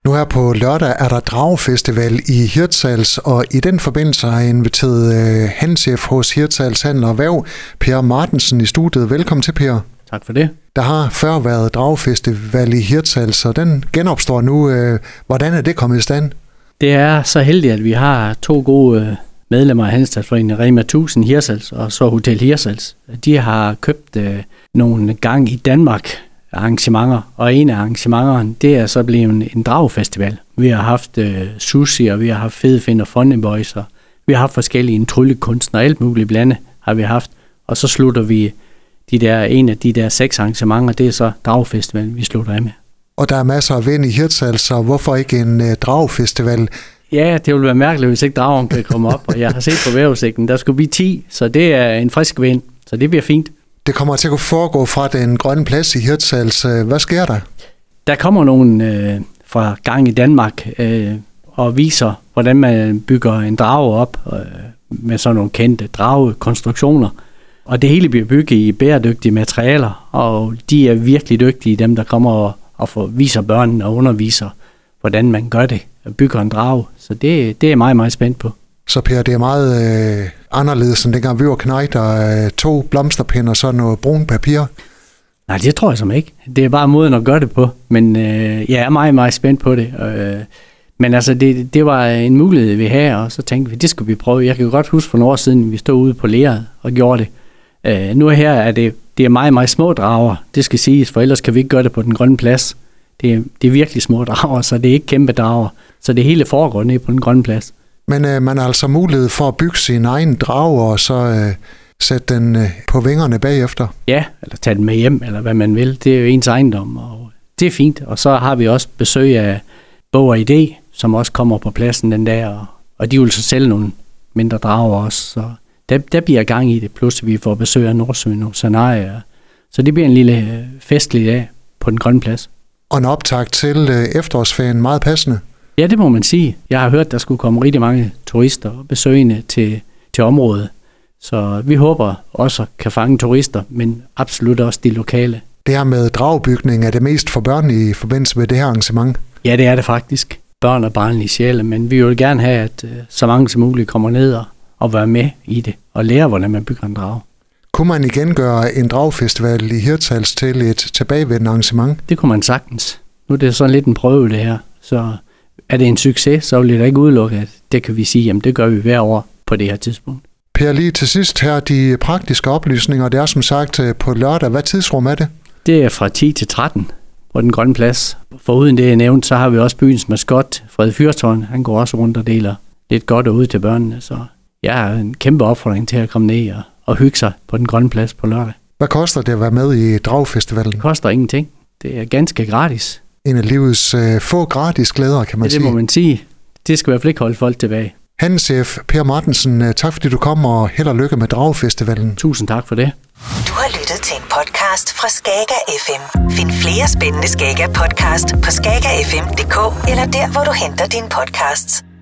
Nu her på lørdag er der Dragefestival i Hirtshals, og i den forbindelse har jeg inviteret handelschef hos Hirtshals Handel og Erhverv, Per Martensen, i studiet. Velkommen til, Per. Tak for det. Der har før været Dragefestival i Hirtshals, og den genopstår nu. Hvordan er det kommet i stand? Det er så heldigt, at vi har 2 gode medlemmer af Handelsstandsforeningen, Rema 1000 Hirtshals og så Hotel Hirtshals. De har købt nogle gang i Danmark arrangementer, og en af arrangementerne, det er så blevet en dragefestival. Vi har haft sushi, og vi har haft Fedefind og Funny Boys, og vi har haft forskellige tryllekunstnere, og alt muligt blandet har vi haft. Og så slutter vi en af de der 6 arrangementer, det er så dragefestivalen, vi slutter af med. Og der er masser af vind i Hirtshals, så hvorfor ikke en dragefestival? Ja, det ville være mærkeligt, hvis ikke dragen kan komme op, og jeg har set på vejrudsigten, der skulle blive 10, så det er en frisk vind, så det bliver fint. Det kommer til at foregå fra den grønne plads i Hirtshals. Hvad sker der? Der kommer nogen fra gang i Danmark og viser, hvordan man bygger en drage op med sådan nogle kendte dragekonstruktioner. Og det hele bliver bygget i bæredygtige materialer, og de er virkelig dygtige, dem der kommer og viser børnene og underviser, hvordan man gør det og bygger en drage. Så det er meget, meget spændt på. Så Per, det er meget anderledes end dengang vi var knægt, og 2 blomsterpinder og så noget brun papir? Nej, det tror jeg som ikke. Det er bare måden at gøre det på, men jeg er meget, meget spændt på det. Men altså, det var en mulighed, vi havde, og så tænkte vi, det skulle vi prøve. Jeg kan godt huske for nogle år siden, vi stod ude på leret og gjorde det. Nu her er det er meget, meget små drager, det skal siges, for ellers kan vi ikke gøre det på den grønne plads. Det er virkelig små drager, så det er ikke kæmpe drager. Så det hele foregår nede på den grønne plads. Men man har altså mulighed for at bygge sin egen drage, og så sætte den på vingerne bagefter? Ja, eller tage den med hjem, eller hvad man vil. Det er jo ens ejendom, og det er fint. Og så har vi også besøg af Bog og Idé, som også kommer på pladsen den dag, og de vil så sælge nogle mindre drager også. Så der bliver gang i det, plus vi får besøg af Nordsøen og Scenarie. Så det bliver en lille festlig dag på den grønne plads. Og en optakt til efterårsferien, meget passende? Ja, det må man sige. Jeg har hørt, der skulle komme rigtig mange turister og besøgende til området. Så vi håber også kan fange turister, men absolut også de lokale. Det her med dragebygning, er det mest for børn i forbindelse med det her arrangement? Ja, det er det faktisk. Børn og barnlige sjæle, men vi vil gerne have, at så mange som muligt kommer ned og være med i det, og lære, hvordan man bygger en drage. Kunne man igen gøre en dragefestival i Hirtshals til et tilbagevendende arrangement? Det kunne man sagtens. Nu er det sådan lidt en prøve det her, så er det en succes, så vil det da ikke udelukke, at det kan vi sige, jamen det gør vi hver år på det her tidspunkt. Per, lige til sidst her, de praktiske oplysninger, det er som sagt på lørdag. Hvad tidsrum er det? Det er fra 10 til 13 på den grønne plads. Foruden det, jeg nævnte, så har vi også byens maskot, Fred Fyrtårn. Han går også rundt og deler lidt godt ud til børnene, så jeg har en kæmpe opfordring til at komme ned og hygge sig på den grønne plads på lørdag. Hvad koster det at være med i Dragefestivalen? Det koster ingenting. Det er ganske gratis. En af livets få gratis glæder, kan man sige. Det må man sige. Det skal i hvert fald ikke holde folk tilbage. Handelschef Per Martensen, tak fordi du kom, og held og lykke med Dragefestivalen. Tusind tak for det. Du har lyttet til en podcast fra Skager FM. Find flere spændende Skager podcast på skagerfm.dk eller der, hvor du henter dine podcasts.